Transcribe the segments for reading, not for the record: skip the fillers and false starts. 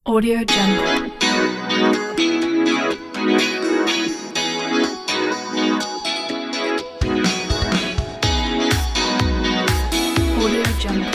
Audio Jungle. Audio Jungle.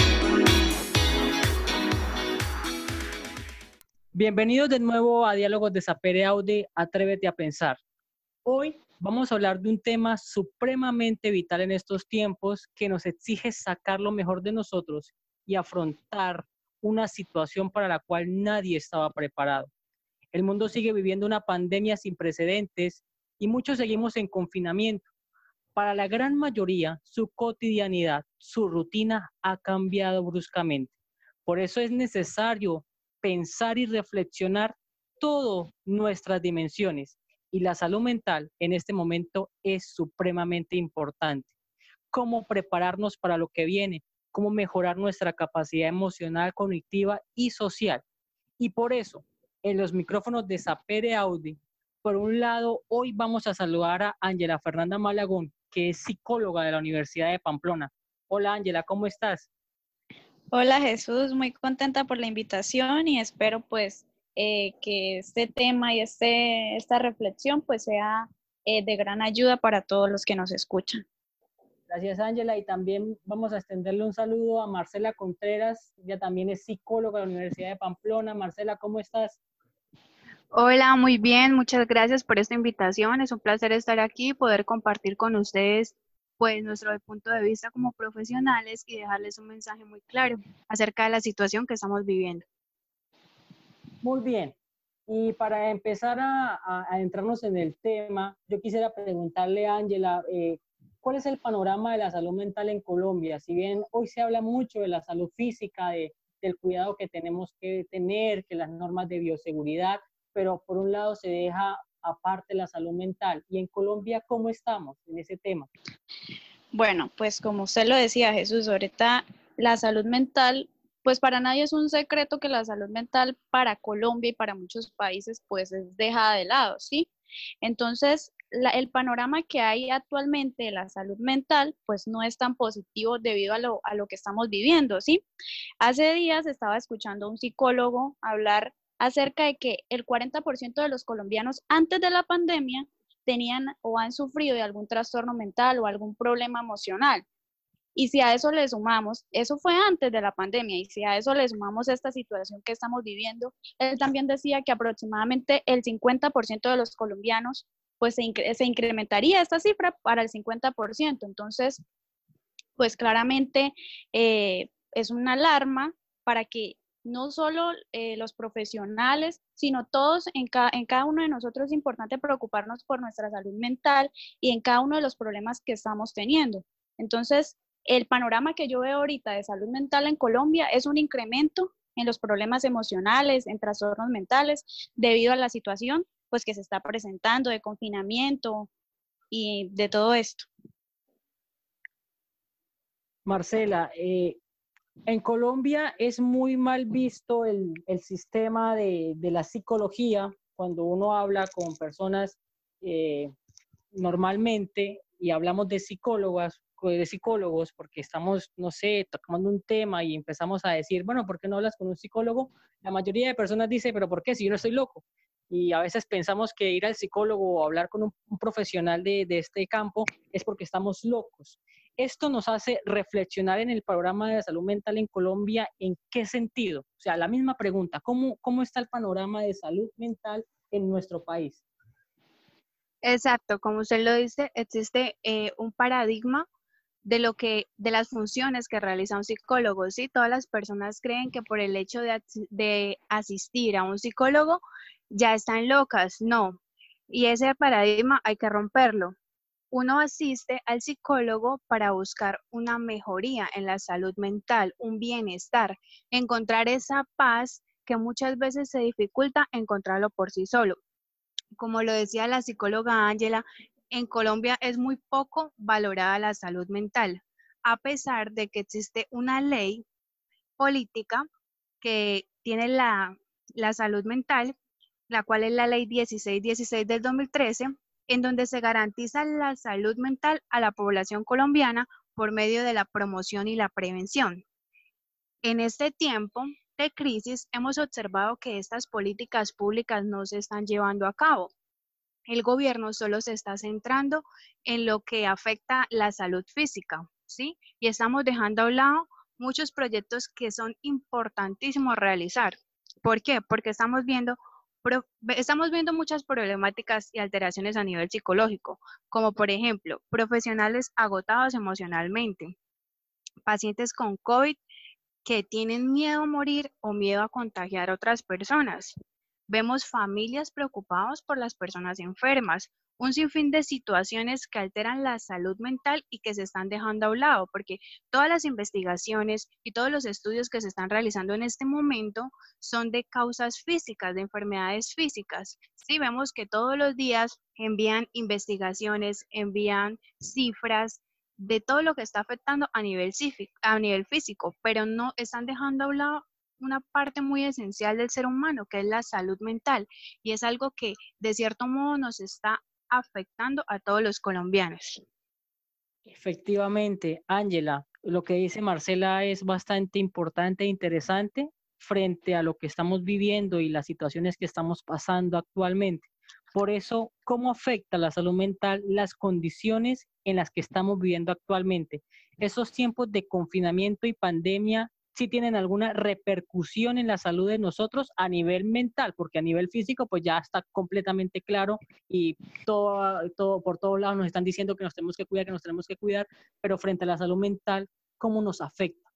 Bienvenidos de nuevo a Diálogos de Sapere Aude, Atrévete a Pensar. Hoy vamos a hablar de un tema supremamente vital en estos tiempos que nos exige sacar lo mejor de nosotros y afrontar una situación para la cual nadie estaba preparado. El mundo sigue viviendo una pandemia sin precedentes y muchos seguimos en confinamiento. Para la gran mayoría, su cotidianidad, su rutina ha cambiado bruscamente. Por eso es necesario pensar y reflexionar todas nuestras dimensiones. Y la salud mental en este momento es supremamente importante. Cómo prepararnos para lo que viene, cómo mejorar nuestra capacidad emocional, cognitiva y social. Y por eso, en los micrófonos de Sapere Audi, por un lado, hoy vamos a saludar a Ángela Fernanda Malagón, que es psicóloga de la Universidad de Pamplona. Hola Ángela, ¿cómo estás? Hola Jesús, muy contenta por la invitación y espero pues que este tema y esta reflexión pues sea de gran ayuda para todos los que nos escuchan. Gracias Ángela y también vamos a extenderle un saludo a Marcela Contreras, ella también es psicóloga de la Universidad de Pamplona. Marcela, ¿cómo estás? Hola, muy bien, muchas gracias por esta invitación. Es un placer estar aquí y poder compartir con ustedes pues nuestro punto de vista como profesionales y dejarles un mensaje muy claro acerca de la situación que estamos viviendo. Muy bien. Y para empezar a adentrarnos en el tema, yo quisiera preguntarle a Ángela, ¿cuál es el panorama de la salud mental en Colombia? Si bien hoy se habla mucho de la salud física, del cuidado que tenemos que tener, que las normas de bioseguridad, pero por un lado se deja aparte la salud mental. ¿Y en Colombia cómo estamos en ese tema? Bueno, pues como usted lo decía Jesús, ahorita la salud mental, pues para nadie es un secreto que la salud mental para Colombia y para muchos países pues es dejada de lado, ¿sí? Entonces, el panorama que hay actualmente de la salud mental pues no es tan positivo debido a lo que estamos viviendo, ¿sí? Hace días estaba escuchando a un psicólogo hablar acerca de que el 40% de los colombianos antes de la pandemia tenían o han sufrido de algún trastorno mental o algún problema emocional. Y si a eso le sumamos, eso fue antes de la pandemia, y si a eso le sumamos esta situación que estamos viviendo, él también decía que aproximadamente el 50% de los colombianos, pues se incrementaría esta cifra para el 50%. Entonces, pues claramente es una alarma para que no solo los profesionales, sino todos en cada uno de nosotros es importante preocuparnos por nuestra salud mental y en cada uno de los problemas que estamos teniendo. Entonces, el panorama que yo veo ahorita de salud mental en Colombia es un incremento en los problemas emocionales, en trastornos mentales, debido a la situación pues que se está presentando de confinamiento y de todo esto. Marcela, en Colombia es muy mal visto el sistema de la psicología cuando uno habla con personas eh, normalmente y hablamos de psicólogos, porque estamos, no sé, tocando un tema y empezamos a decir, bueno, ¿por qué no hablas con un psicólogo? La mayoría de personas dice, pero ¿por qué? Si yo no estoy loco. Y a veces pensamos que ir al psicólogo o hablar con un profesional de este campo es porque estamos locos. Esto nos hace reflexionar en el panorama de salud mental en Colombia. ¿En qué sentido? O sea, la misma pregunta, ¿cómo está el panorama de salud mental en nuestro país? Exacto, como usted lo dice, existe un paradigma de las funciones que realiza un psicólogo, ¿sí? Todas las personas creen que por el hecho de asistir a un psicólogo ya están locas, no. Y ese paradigma hay que romperlo. Uno asiste al psicólogo para buscar una mejoría en la salud mental, un bienestar, encontrar esa paz que muchas veces se dificulta encontrarlo por sí solo. Como lo decía la psicóloga Ángela, en Colombia es muy poco valorada la salud mental, a pesar de que existe una ley política que tiene la salud mental, la cual es la ley 1616 del 2013, en donde se garantiza la salud mental a la población colombiana por medio de la promoción y la prevención. En este tiempo, de crisis, hemos observado que estas políticas públicas no se están llevando a cabo. El gobierno solo se está centrando en lo que afecta la salud física, ¿sí? Y estamos dejando a un lado muchos proyectos que son importantísimos realizar. ¿Por qué? Porque estamos viendo muchas problemáticas y alteraciones a nivel psicológico, como por ejemplo, profesionales agotados emocionalmente, pacientes con COVID que tienen miedo a morir o miedo a contagiar a otras personas. Vemos familias preocupadas por las personas enfermas, un sinfín de situaciones que alteran la salud mental y que se están dejando a un lado, porque todas las investigaciones y todos los estudios que se están realizando en este momento son de causas físicas, de enfermedades físicas. Sí, vemos que todos los días envían investigaciones, envían cifras de todo lo que está afectando a nivel físico, pero no están dejando a un lado una parte muy esencial del ser humano, que es la salud mental, y es algo que de cierto modo nos está afectando a todos los colombianos. Efectivamente, Ángela, lo que dice Marcela es bastante importante e interesante frente a lo que estamos viviendo y las situaciones que estamos pasando actualmente. Por eso, ¿cómo afecta la salud mental las condiciones en las que estamos viviendo actualmente? Esos tiempos de confinamiento y pandemia, ¿sí tienen alguna repercusión en la salud de nosotros a nivel mental? Porque a nivel físico, pues ya está completamente claro y por todos lados nos están diciendo que nos tenemos que nos tenemos que cuidar, pero frente a la salud mental, ¿cómo nos afecta?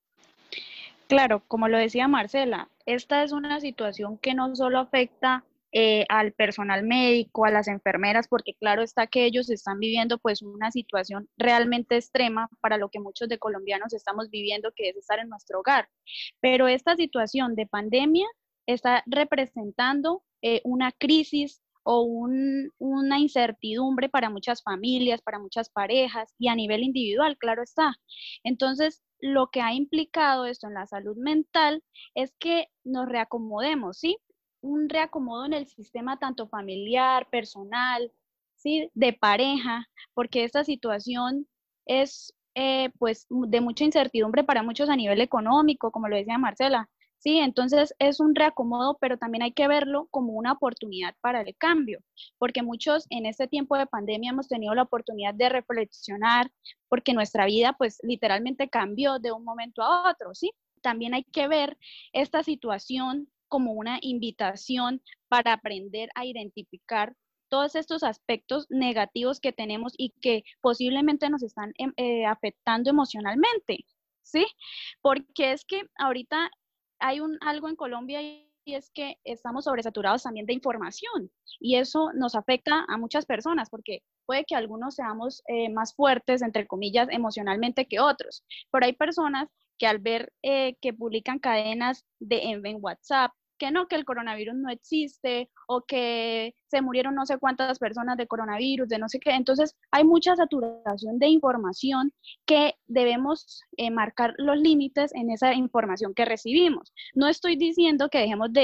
Claro, como lo decía Marcela, esta es una situación que no solo afecta al personal médico, a las enfermeras, porque claro está que ellos están viviendo pues una situación realmente extrema para lo que muchos de colombianos estamos viviendo, que es estar en nuestro hogar. Pero esta situación de pandemia está representando una crisis o una incertidumbre para muchas familias, para muchas parejas y a nivel individual, claro está. Entonces, lo que ha implicado esto en la salud mental es que nos reacomodemos, ¿sí? Un reacomodo en el sistema tanto familiar, personal, ¿sí? De pareja, porque esta situación es pues de mucha incertidumbre para muchos a nivel económico, como lo decía Marcela, ¿sí? Entonces es un reacomodo, pero también hay que verlo como una oportunidad para el cambio, porque muchos en este tiempo de pandemia hemos tenido la oportunidad de reflexionar, porque nuestra vida pues literalmente cambió de un momento a otro, ¿sí? También hay que ver esta situación como una invitación para aprender a identificar todos estos aspectos negativos que tenemos y que posiblemente nos están afectando emocionalmente, ¿sí? Porque es que ahorita hay algo en Colombia y es que estamos sobresaturados también de información y eso nos afecta a muchas personas porque puede que algunos seamos más fuertes, entre comillas, emocionalmente que otros, pero hay personas que al ver que publican cadenas en WhatsApp, que no, que el coronavirus no existe o que se murieron no sé cuántas personas de coronavirus, de no sé qué. Entonces, hay mucha saturación de información que debemos marcar los límites en esa información que recibimos. No estoy diciendo que dejemos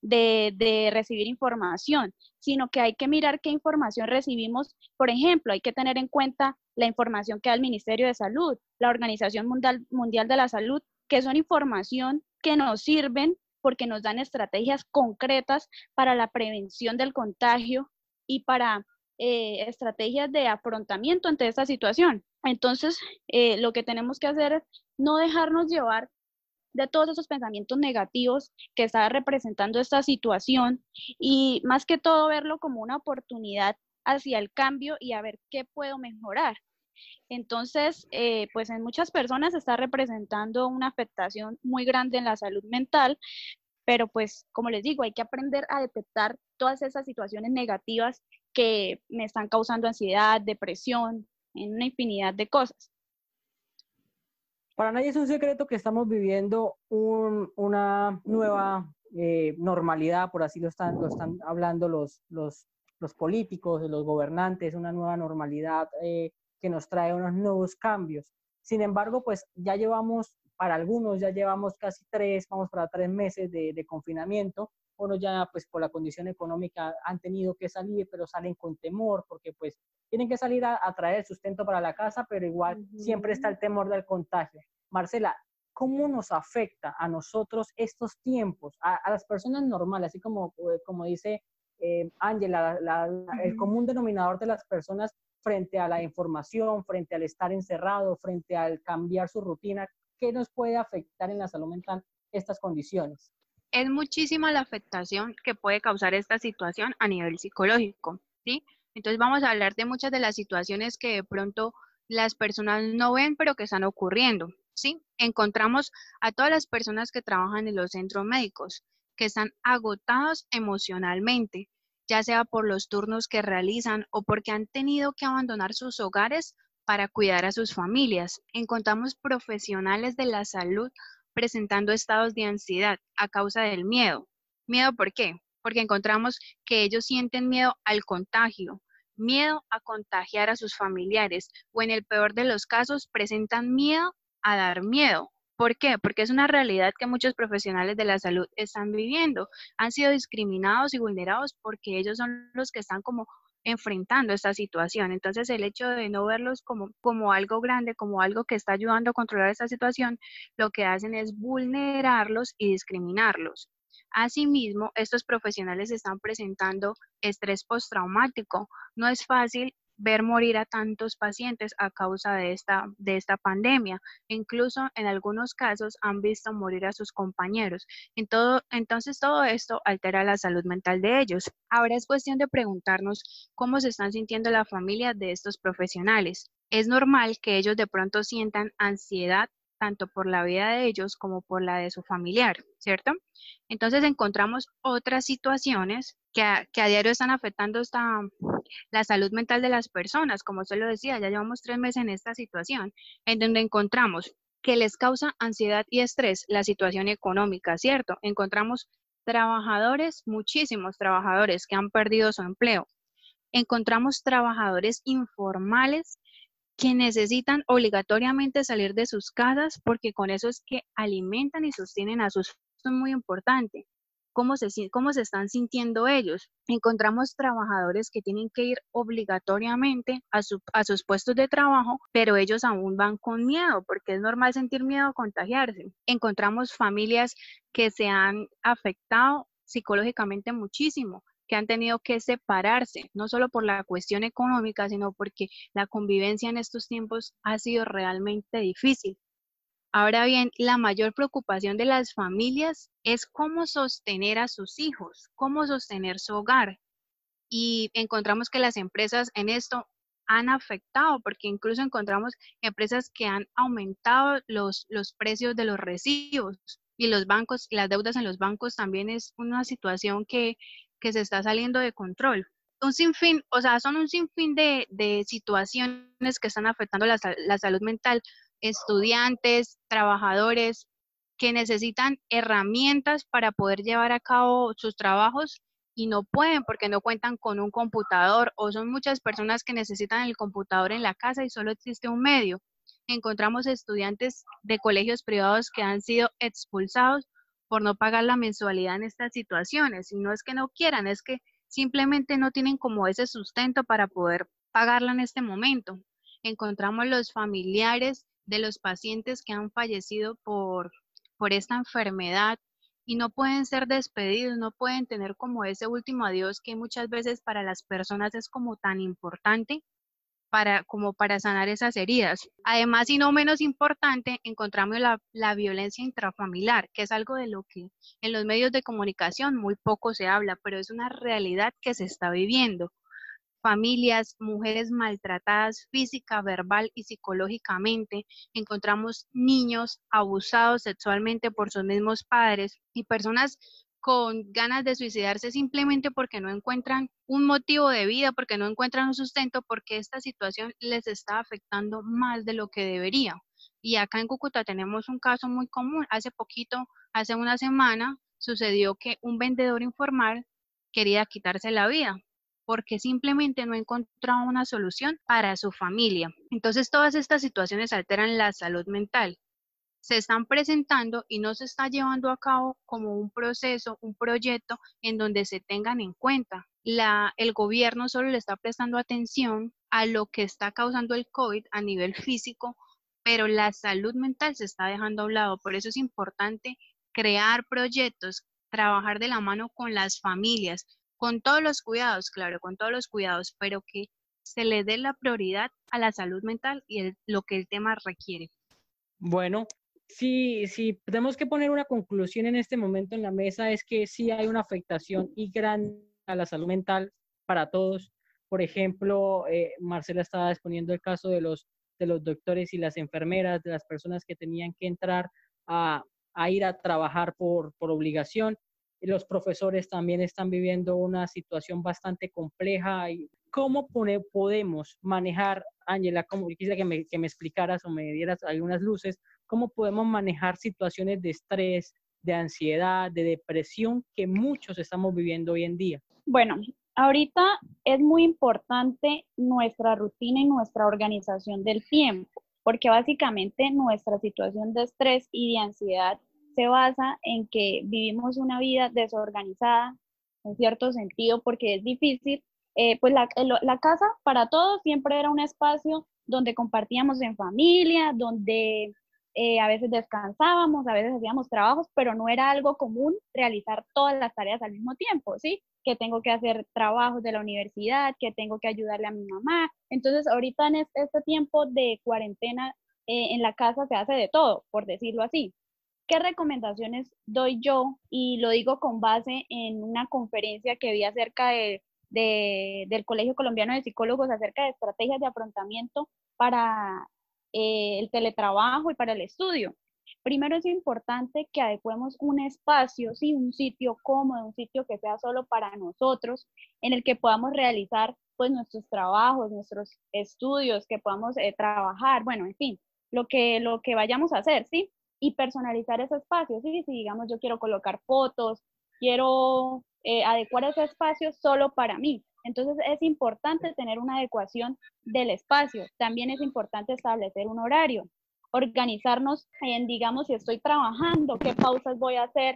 de recibir información, sino que hay que mirar qué información recibimos. Por ejemplo, hay que tener en cuenta la información que da el Ministerio de Salud, la Organización Mundial de la Salud, que son información que nos sirven porque nos dan estrategias concretas para la prevención del contagio y para estrategias de afrontamiento ante esta situación. Entonces, lo que tenemos que hacer es no dejarnos llevar de todos esos pensamientos negativos que está representando esta situación y más que todo verlo como una oportunidad hacia el cambio y a ver qué puedo mejorar. Entonces, pues en muchas personas está representando una afectación muy grande en la salud mental, pero pues como les digo, hay que aprender a detectar todas esas situaciones negativas que me están causando ansiedad, depresión, en una infinidad de cosas. Para nadie es un secreto que estamos viviendo una nueva normalidad, por así lo están hablando los políticos, los gobernantes, una nueva normalidad que nos trae unos nuevos cambios. Sin embargo, pues ya llevamos, para algunos ya llevamos casi vamos para 3 meses de confinamiento. Unos ya pues por la condición económica han tenido que salir, pero salen con temor porque pues tienen que salir a traer sustento para la casa, pero igual siempre está el temor del contagio. Marcela, ¿cómo nos afecta a nosotros estos tiempos, a las personas normales, así como dice Ángela, el Ujú. común denominador de las personas frente a la información, frente al estar encerrado, frente al cambiar su rutina? ¿Qué nos puede afectar en la salud mental estas condiciones? Es muchísima la afectación que puede causar esta situación a nivel psicológico, ¿sí? Entonces vamos a hablar de muchas de las situaciones que de pronto las personas no ven, pero que están ocurriendo, ¿sí? Encontramos a todas las personas que trabajan en los centros médicos, que están agotados emocionalmente, ya sea por los turnos que realizan o porque han tenido que abandonar sus hogares para cuidar a sus familias. Encontramos profesionales de la salud presentando estados de ansiedad a causa del miedo. ¿Miedo por qué? Porque encontramos que ellos sienten miedo al contagio, miedo a contagiar a sus familiares o en el peor de los casos presentan miedo a dar miedo. ¿Por qué? Porque es una realidad que muchos profesionales de la salud están viviendo. Han sido discriminados y vulnerados porque ellos son los que están como enfrentando esta situación. Entonces, el hecho de no verlos como algo grande, como algo que está ayudando a controlar esta situación, lo que hacen es vulnerarlos y discriminarlos. Asimismo, estos profesionales están presentando estrés postraumático. No es fácil ver morir a tantos pacientes a causa de esta pandemia. Incluso en algunos casos han visto morir a sus compañeros. Entonces todo esto altera la salud mental de ellos. Ahora es cuestión de preguntarnos cómo se están sintiendo la familia de estos profesionales. Es normal que ellos de pronto sientan ansiedad tanto por la vida de ellos como por la de su familiar, ¿cierto? Entonces encontramos otras situaciones que a diario están afectando la salud mental de las personas. Como usted lo decía, ya llevamos 3 meses en esta situación, en donde encontramos que les causa ansiedad y estrés la situación económica, ¿cierto? Encontramos trabajadores, muchísimos trabajadores que han perdido su empleo. Encontramos trabajadores informales que necesitan obligatoriamente salir de sus casas porque con eso es que alimentan y sostienen a sus. Esto es muy importante. ¿Cómo se están sintiendo ellos? Encontramos trabajadores que tienen que ir obligatoriamente a sus puestos de trabajo, pero ellos aún van con miedo, porque es normal sentir miedo a contagiarse. Encontramos familias que se han afectado psicológicamente muchísimo, que han tenido que separarse, no solo por la cuestión económica, sino porque la convivencia en estos tiempos ha sido realmente difícil. Ahora bien, la mayor preocupación de las familias es cómo sostener a sus hijos, cómo sostener su hogar. Y encontramos que las empresas en esto han afectado, porque incluso encontramos empresas que han aumentado los precios de los recibos y los bancos, las deudas en los bancos también es una situación que se está saliendo de control. Un sinfín, o sea, son un sinfín de situaciones que están afectando la salud mental, estudiantes, trabajadores que necesitan herramientas para poder llevar a cabo sus trabajos y no pueden porque no cuentan con un computador o son muchas personas que necesitan el computador en la casa y solo existe un medio. Encontramos estudiantes de colegios privados que han sido expulsados por no pagar la mensualidad en estas situaciones. Y no es que no quieran, es que simplemente no tienen como ese sustento para poder pagarla en este momento. Encontramos los familiares de los pacientes que han fallecido por esta enfermedad y no pueden ser despedidos, no pueden tener como ese último adiós que muchas veces para las personas es como tan importante como para sanar esas heridas. Además, y no menos importante, encontramos la violencia intrafamiliar, que es algo de lo que en los medios de comunicación muy poco se habla, pero es una realidad que se está viviendo. Familias, mujeres maltratadas física, verbal y psicológicamente. Encontramos niños abusados sexualmente por sus mismos padres y personas con ganas de suicidarse simplemente porque no encuentran un motivo de vida, porque no encuentran un sustento, porque esta situación les está afectando más de lo que debería. Y acá en Cúcuta tenemos un caso muy común. Hace poquito, hace una semana, sucedió que un vendedor informal quería quitarse la vida porque simplemente no encontraba una solución para su familia. Entonces, todas estas situaciones alteran la salud mental. Se están presentando y no se está llevando a cabo como un proceso, un proyecto en donde se tengan en cuenta. El gobierno solo le está prestando atención a lo que está causando el COVID a nivel físico, pero la salud mental se está dejando a un lado. Por eso es importante crear proyectos, trabajar de la mano con las familias, con todos los cuidados, claro, con todos los cuidados, pero que se le dé la prioridad a la salud mental y lo que el tema requiere. Bueno, si tenemos que poner una conclusión en este momento en la mesa es que sí hay una afectación y grande a la salud mental para todos. Por ejemplo, Marcela estaba exponiendo el caso de los doctores y las enfermeras, de las personas que tenían que entrar a, a ir a trabajar por obligación. Y los profesores también están viviendo una situación bastante compleja. Y ¿cómo podemos manejar, Ángela, como quisiera que me explicaras o me dieras algunas luces, cómo podemos manejar situaciones de estrés, de ansiedad, de depresión que muchos estamos viviendo hoy en día? Bueno, ahorita es muy importante nuestra rutina y nuestra organización del tiempo, porque básicamente nuestra situación de estrés y de ansiedad se basa en que vivimos una vida desorganizada, en cierto sentido, porque es difícil. Pues la casa para todos siempre era un espacio donde compartíamos en familia, donde a veces descansábamos, a veces hacíamos trabajos, pero no era algo común realizar todas las tareas al mismo tiempo, ¿sí? Que tengo que hacer trabajos de la universidad, que tengo que ayudarle a mi mamá. Entonces, ahorita en este tiempo de cuarentena, en la casa se hace de todo, por decirlo así. ¿Qué recomendaciones doy yo? Y lo digo con base en una conferencia que vi acerca del Colegio Colombiano de Psicólogos acerca de estrategias de afrontamiento para el teletrabajo y para el estudio. Primero es importante que adecuemos un espacio, ¿sí? Un sitio cómodo, un sitio que sea solo para nosotros, en el que podamos realizar pues nuestros trabajos, nuestros estudios, que podamos trabajar, bueno, en fin, lo que vayamos a hacer, ¿sí? Y personalizar ese espacio, ¿sí? Si digamos yo quiero colocar fotos, quiero adecuar ese espacio solo para mí. Entonces es importante tener una adecuación del espacio. También es importante establecer un horario, organizarnos en, digamos, si estoy trabajando, qué pausas voy a hacer,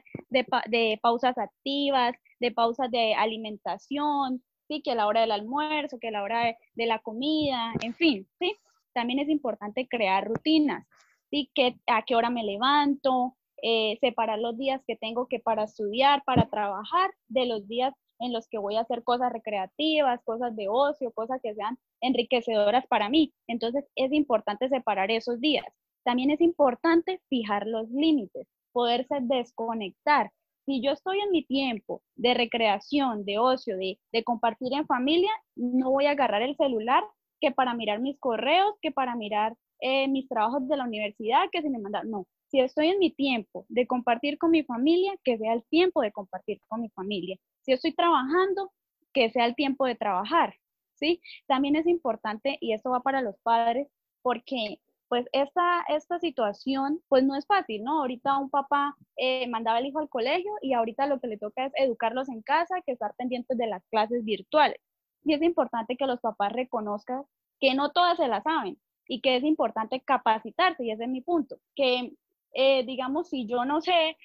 de pausas activas, de pausas de alimentación, ¿sí? Que a la hora del almuerzo, que a la hora de la comida, en fin, ¿sí? También es importante crear rutinas, ¿sí? A qué hora me levanto, separar los días que tengo que para estudiar, para trabajar, de los días en los que voy a hacer cosas recreativas, cosas de ocio, cosas que sean enriquecedoras para mí. Entonces es importante separar esos días. También es importante fijar los límites, poderse desconectar. Si yo estoy en mi tiempo de recreación, de ocio, de compartir en familia, no voy a agarrar el celular que para mirar mis correos, que para mirar mis trabajos de la universidad, que se me mandan. No, si estoy en mi tiempo de compartir con mi familia, que sea el tiempo de compartir con mi familia. Si estoy trabajando, que sea el tiempo de trabajar, ¿sí? También es importante, y esto va para los padres, porque pues esta situación pues no es fácil, ¿no? Ahorita un papá mandaba al hijo al colegio y ahorita lo que le toca es educarlos en casa, que estar pendientes de las clases virtuales. Y es importante que los papás reconozcan que no todas se las saben y que es importante capacitarse, y ese es mi punto, que digamos, si yo no sé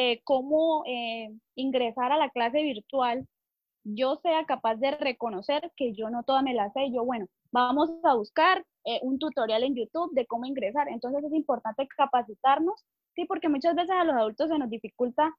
cómo ingresar a la clase virtual, yo sea capaz de reconocer que yo no toda me la sé, y yo, bueno, vamos a buscar un tutorial en YouTube de cómo ingresar. Entonces es importante capacitarnos, sí, porque muchas veces a los adultos se nos dificulta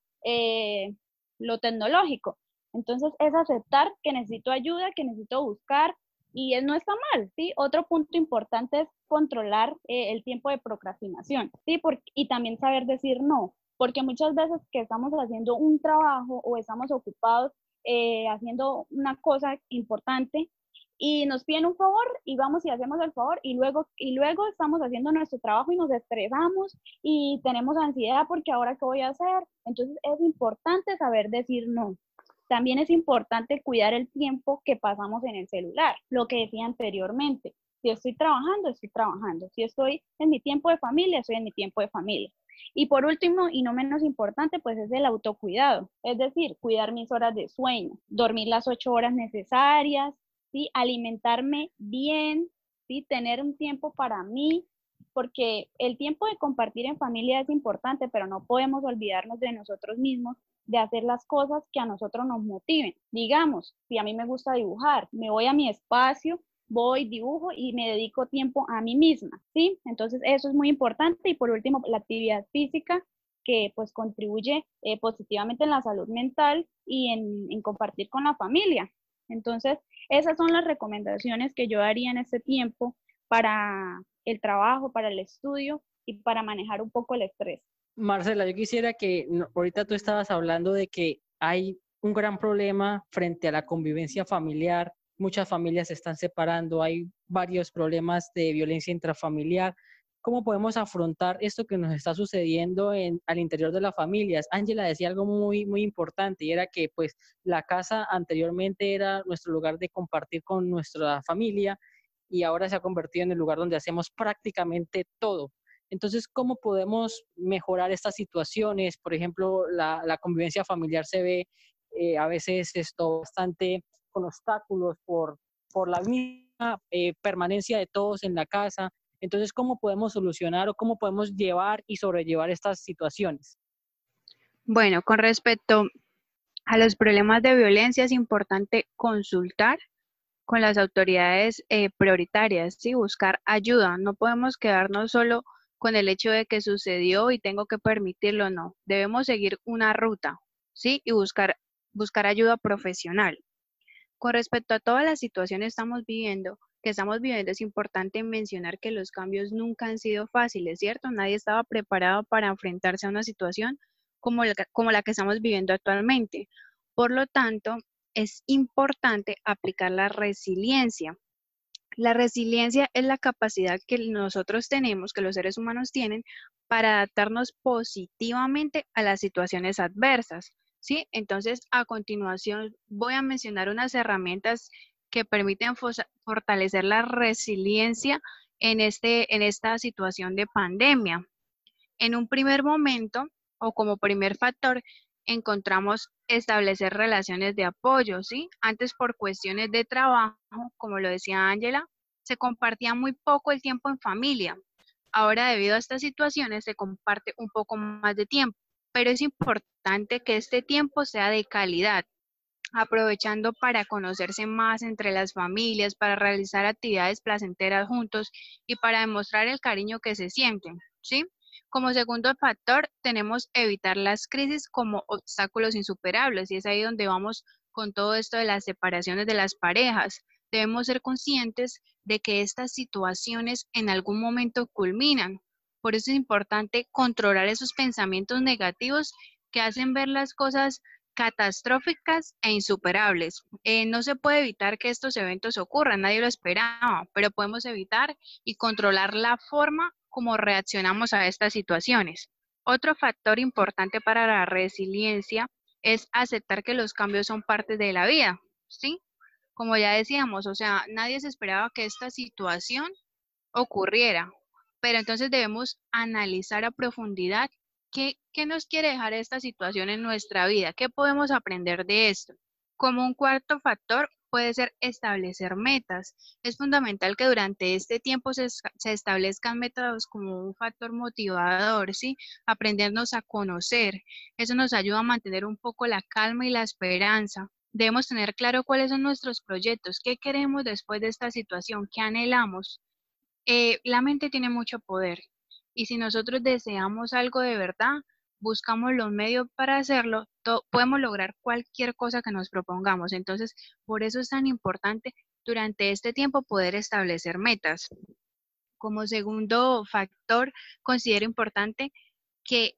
lo tecnológico. Entonces es aceptar que necesito ayuda, que necesito buscar, y no está mal, ¿sí? Otro punto importante es controlar el tiempo de procrastinación, ¿sí? Y también saber decir no, porque muchas veces que estamos haciendo un trabajo o estamos ocupados haciendo una cosa importante y nos piden un favor y vamos y hacemos el favor y luego estamos haciendo nuestro trabajo y nos estresamos y tenemos ansiedad porque ahora qué voy a hacer. Entonces es importante saber decir no. También es importante cuidar el tiempo que pasamos en el celular, lo que decía anteriormente. Si estoy trabajando, estoy trabajando. Si estoy en mi tiempo de familia, estoy en mi tiempo de familia. Y por último, y no menos importante, pues es el autocuidado, es decir, cuidar mis horas de sueño, dormir las 8 horas necesarias, ¿sí? Alimentarme bien, ¿sí? Tener un tiempo para mí, porque el tiempo de compartir en familia es importante, pero no podemos olvidarnos de nosotros mismos, de hacer las cosas que a nosotros nos motiven. Digamos, si a mí me gusta dibujar, me voy a mi espacio voy, dibujo y me dedico tiempo a mí misma, ¿sí? Entonces eso es muy importante. Y por último, la actividad física, que pues contribuye positivamente en la salud mental y en compartir con la familia. Entonces, esas son las recomendaciones que yo daría en este tiempo para el trabajo, para el estudio y para manejar un poco el estrés. Marcela, yo quisiera que ahorita tú estabas hablando de que hay un gran problema frente a la convivencia familiar. Muchas familias se están separando, hay varios problemas de violencia intrafamiliar. ¿Cómo podemos afrontar esto que nos está sucediendo al interior de las familias? Ángela decía algo muy importante y era que pues la casa anteriormente era nuestro lugar de compartir con nuestra familia y ahora se ha convertido en el lugar donde hacemos prácticamente todo. Entonces, ¿cómo podemos mejorar estas situaciones? Por ejemplo, la convivencia familiar se ve a veces esto bastante con obstáculos por la misma permanencia de todos en la casa. Entonces, ¿cómo podemos solucionar o cómo podemos llevar y sobrellevar estas situaciones? Bueno, con respecto a los problemas de violencia es importante consultar con las autoridades prioritarias, ¿sí? Buscar ayuda. No podemos quedarnos solo con el hecho de que sucedió y tengo que permitirlo, no. Debemos seguir una ruta, ¿sí? Y buscar ayuda profesional. Con respecto a todas las situaciones que estamos viviendo, es importante mencionar que los cambios nunca han sido fáciles, ¿cierto? Nadie estaba preparado para enfrentarse a una situación como la que estamos viviendo actualmente. Por lo tanto, es importante aplicar la resiliencia. La resiliencia es la capacidad que nosotros tenemos, que los seres humanos tienen, para adaptarnos positivamente a las situaciones adversas, ¿sí? Entonces, a continuación voy a mencionar unas herramientas que permiten fortalecer la resiliencia en esta situación de pandemia. En un primer momento, o como primer factor, encontramos establecer relaciones de apoyo, ¿sí? Antes por cuestiones de trabajo, como lo decía Ángela, se compartía muy poco el tiempo en familia. Ahora, debido a estas situaciones, se comparte un poco más de tiempo, pero es importante que este tiempo sea de calidad, aprovechando para conocerse más entre las familias, para realizar actividades placenteras juntos y para demostrar el cariño que se sienten, ¿sí? Como segundo factor, tenemos evitar las crisis como obstáculos insuperables, y es ahí donde vamos con todo esto de las separaciones de las parejas. Debemos ser conscientes de que estas situaciones en algún momento culminan. Por eso es importante controlar esos pensamientos negativos que hacen ver las cosas catastróficas e insuperables. No se puede evitar que estos eventos ocurran, nadie lo esperaba, pero podemos evitar y controlar la forma como reaccionamos a estas situaciones. Otro factor importante para la resiliencia es aceptar que los cambios son parte de la vida, ¿sí? Como ya decíamos, o sea, nadie se esperaba que esta situación ocurriera, pero entonces debemos analizar a profundidad qué nos quiere dejar esta situación en nuestra vida, qué podemos aprender de esto. Como un cuarto factor puede ser establecer metas. Es fundamental que durante este tiempo se establezcan metas como un factor motivador, ¿sí? Aprendernos a conocer. Eso nos ayuda a mantener un poco la calma y la esperanza. Debemos tener claro cuáles son nuestros proyectos, qué queremos después de esta situación, qué anhelamos. La mente tiene mucho poder y si nosotros deseamos algo de verdad, buscamos los medios para hacerlo, podemos lograr cualquier cosa que nos propongamos. Entonces, por eso es tan importante durante este tiempo poder establecer metas. Como segundo factor, considero importante que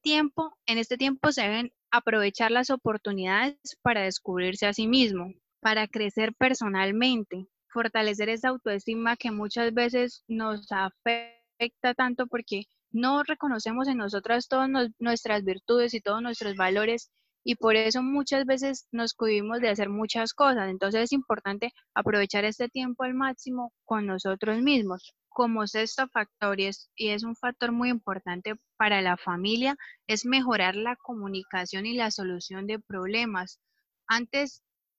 en este tiempo se deben aprovechar las oportunidades para descubrirse a sí mismo, para crecer personalmente, fortalecer esa autoestima que muchas veces nos afecta tanto porque no reconocemos en nosotras todas nuestras virtudes y todos nuestros valores y por eso muchas veces nos cohibimos de hacer muchas cosas. Entonces es importante aprovechar este tiempo al máximo con nosotros mismos. Como sexto factor, y es un factor muy importante para la familia, es mejorar la comunicación y la solución de problemas. Antes,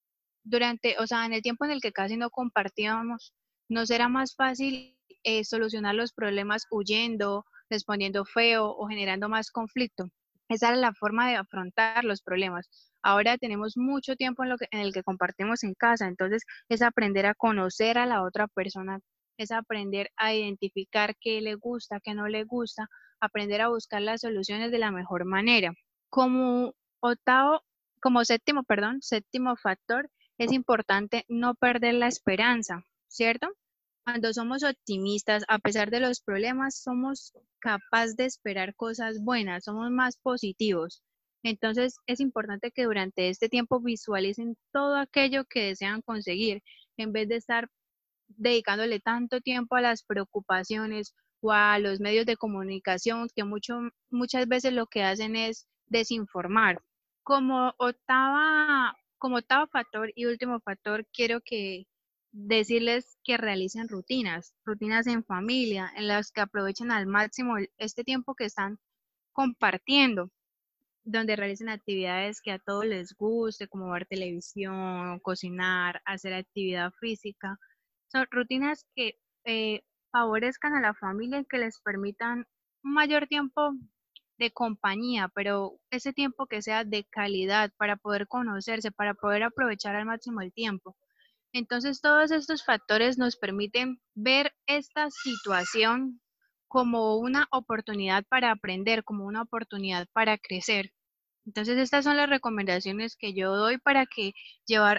o sea, en el tiempo en el que casi no compartíamos, nos era más fácil solucionar los problemas huyendo, respondiendo feo o generando más conflicto. Esa era la forma de afrontar los problemas. Ahora tenemos mucho tiempo en el que compartimos en casa, entonces es aprender a conocer a la otra persona, es aprender a identificar qué le gusta, qué no le gusta, aprender a buscar las soluciones de la mejor manera. Como octavo, séptimo factor, es importante no perder la esperanza, ¿cierto? Cuando somos optimistas, a pesar de los problemas, somos capaces de esperar cosas buenas, somos más positivos. Entonces, es importante que durante este tiempo visualicen todo aquello que desean conseguir, en vez de estar dedicándole tanto tiempo a las preocupaciones o a los medios de comunicación que muchas veces lo que hacen es desinformar. Como octavo factor y último factor, quiero que decirles que realicen rutinas en familia, en las que aprovechen al máximo este tiempo que están compartiendo, donde realicen actividades que a todos les guste, como ver televisión, cocinar, hacer actividad física. Son rutinas que favorezcan a la familia y que les permitan un mayor tiempo de compañía, pero ese tiempo que sea de calidad para poder conocerse, para poder aprovechar al máximo el tiempo. Entonces, todos estos factores nos permiten ver esta situación como una oportunidad para aprender, como una oportunidad para crecer. Entonces, estas son las recomendaciones que yo doy para que llevar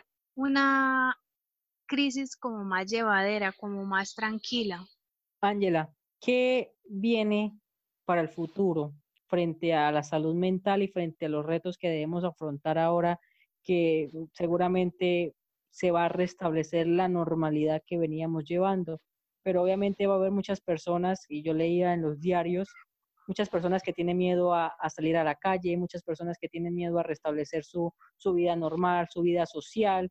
una crisis como más llevadera, como más tranquila. Ángela, ¿qué viene para el futuro frente a la salud mental y frente a los retos que debemos afrontar ahora, que seguramente se va a restablecer la normalidad que veníamos llevando? Pero obviamente va a haber muchas personas, y yo leía en los diarios, muchas personas que tienen miedo a salir a la calle, muchas personas que tienen miedo a restablecer su vida normal, su vida social.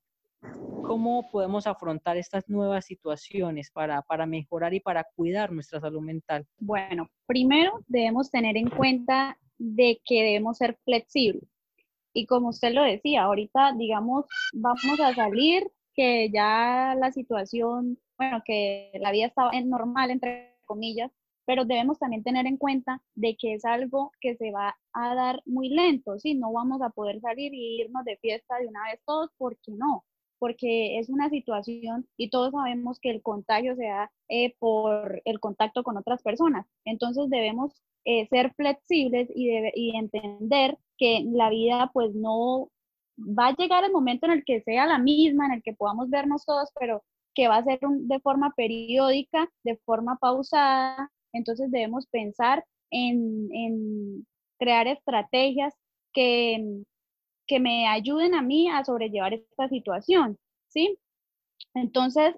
¿Cómo podemos afrontar estas nuevas situaciones para mejorar y para cuidar nuestra salud mental? Bueno, primero debemos tener en cuenta de que debemos ser flexibles. Y como usted lo decía, ahorita, digamos, vamos a salir, que ya la situación, bueno, que la vida está normal, entre comillas, pero debemos también tener en cuenta de que es algo que se va a dar muy lento, ¿sí? No vamos a poder salir y irnos de fiesta de una vez todos, ¿por qué no? Porque es una situación y todos sabemos que el contagio se da por el contacto con otras personas. Entonces debemos ser flexibles y entender que la vida pues no va a llegar el momento en el que sea la misma, en el que podamos vernos todos, pero que va a ser de forma periódica, de forma pausada. Entonces debemos pensar en crear estrategias que, que me ayuden a mí a sobrellevar esta situación, ¿sí? Entonces,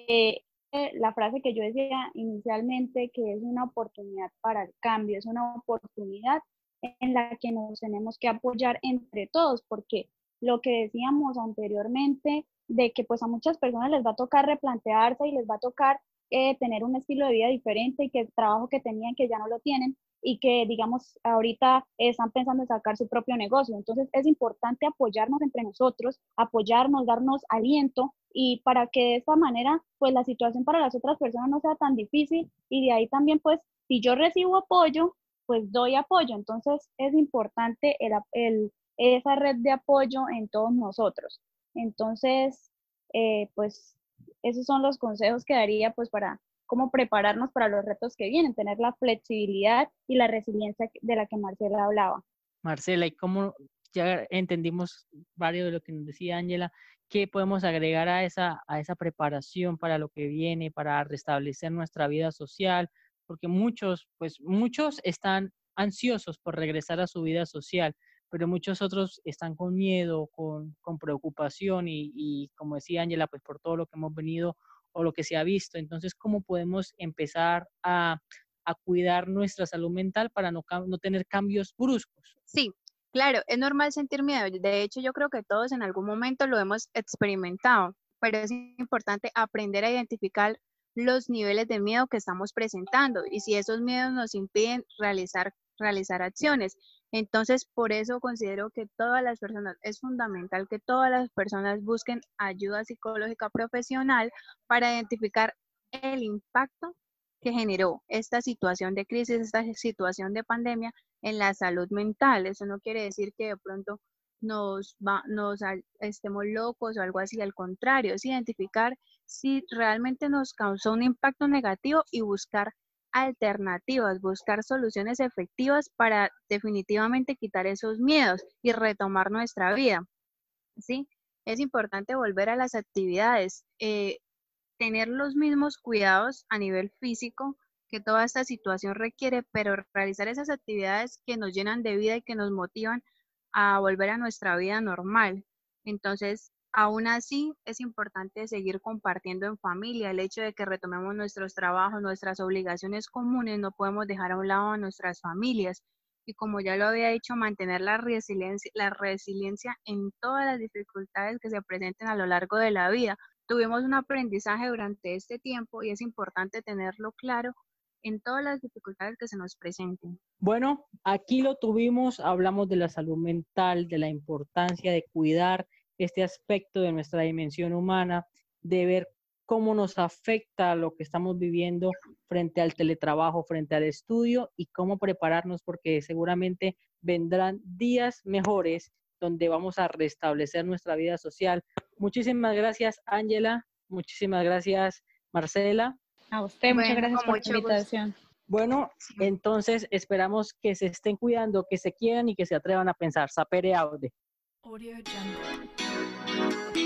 la frase que yo decía inicialmente, que es una oportunidad para el cambio, es una oportunidad en la que nos tenemos que apoyar entre todos, porque lo que decíamos anteriormente, de que pues a muchas personas les va a tocar replantearse y les va a tocar tener un estilo de vida diferente y que el trabajo que tenían que ya no lo tienen y que digamos ahorita están pensando en sacar su propio negocio. Entonces es importante apoyarnos entre nosotros, apoyarnos, darnos aliento y para que de esta manera pues la situación para las otras personas no sea tan difícil y de ahí también pues si yo recibo apoyo pues doy apoyo. Entonces es importante esa red de apoyo en todos nosotros. Entonces pues esos son los consejos que daría pues para cómo prepararnos para los retos que vienen, tener la flexibilidad y la resiliencia de la que Marcela hablaba. Marcela, y cómo ya entendimos varios de lo que nos decía Ángela, ¿qué podemos agregar a esa preparación para lo que viene, para restablecer nuestra vida social? Porque muchos están ansiosos por regresar a su vida social, pero muchos otros están con miedo, con preocupación y como decía Ángela, pues por todo lo que hemos venido o lo que se ha visto. Entonces, ¿cómo podemos empezar a cuidar nuestra salud mental para no tener cambios bruscos? Sí, claro, es normal sentir miedo. De hecho, yo creo que todos en algún momento lo hemos experimentado, pero es importante aprender a identificar los niveles de miedo que estamos presentando y si esos miedos nos impiden realizar acciones. Entonces, por eso considero que todas las personas, es fundamental que todas las personas busquen ayuda psicológica profesional para identificar el impacto que generó esta situación de crisis, esta situación de pandemia en la salud mental. Eso no quiere decir que de pronto estemos locos o algo así. Al contrario, es identificar si realmente nos causó un impacto negativo y buscar alternativas, buscar soluciones efectivas para definitivamente quitar esos miedos y retomar nuestra vida, ¿sí? Es importante volver a las actividades, tener los mismos cuidados a nivel físico que toda esta situación requiere, pero realizar esas actividades que nos llenan de vida y que nos motivan a volver a nuestra vida normal. Entonces, aún así, es importante seguir compartiendo en familia. El hecho de que retomemos nuestros trabajos, nuestras obligaciones comunes, no podemos dejar a un lado a nuestras familias. Y como ya lo había dicho, mantener la resiliencia en todas las dificultades que se presenten a lo largo de la vida. Tuvimos un aprendizaje durante este tiempo y es importante tenerlo claro en todas las dificultades que se nos presenten. Bueno, aquí lo tuvimos, hablamos de la salud mental, de la importancia de cuidar este aspecto de nuestra dimensión humana, de ver cómo nos afecta lo que estamos viviendo frente al teletrabajo, frente al estudio y cómo prepararnos porque seguramente vendrán días mejores donde vamos a restablecer nuestra vida social. Muchísimas gracias, Ángela. Muchísimas gracias, Marcela. A usted, muchas Bueno, gracias con por la mucho gusto. invitación. Bueno, Sí. entonces esperamos que se estén cuidando, que se quieran y que se atrevan a pensar. Sapere aude. Audio Jungle.